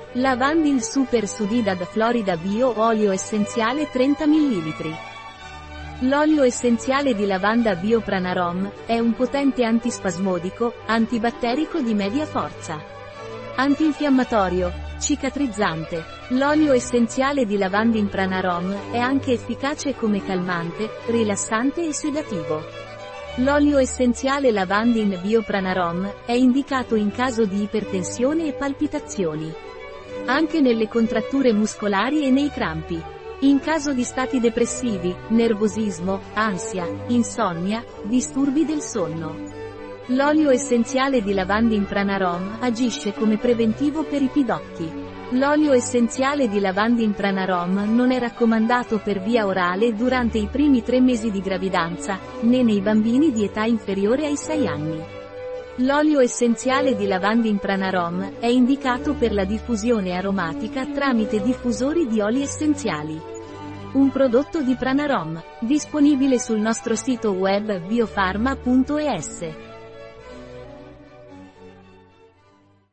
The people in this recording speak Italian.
Lavandin Super Sudidad Florida Bio Olio essenziale 30 ml. L'olio essenziale di lavanda Bio Pranarom è un potente antispasmodico, antibatterico di media forza, antinfiammatorio, cicatrizzante. L'olio essenziale di Lavandin Pranarom è anche efficace come calmante, rilassante e sedativo. L'olio essenziale Lavandin Bio Pranarom è indicato in caso di ipertensione e palpitazioni, anche nelle contratture muscolari e nei crampi, in caso di stati depressivi, nervosismo, ansia, insonnia, disturbi del sonno. L'olio essenziale di Lavandin Pranarom agisce come preventivo per i pidocchi. L'olio essenziale di Lavandin Pranarom non è raccomandato per via orale durante i primi 3 mesi di gravidanza, né nei bambini di età inferiore ai 6 anni. L'olio essenziale di Lavandin Pranarom è indicato per la diffusione aromatica tramite diffusori di oli essenziali. Un prodotto di Pranarom, disponibile sul nostro sito web biofarma.es.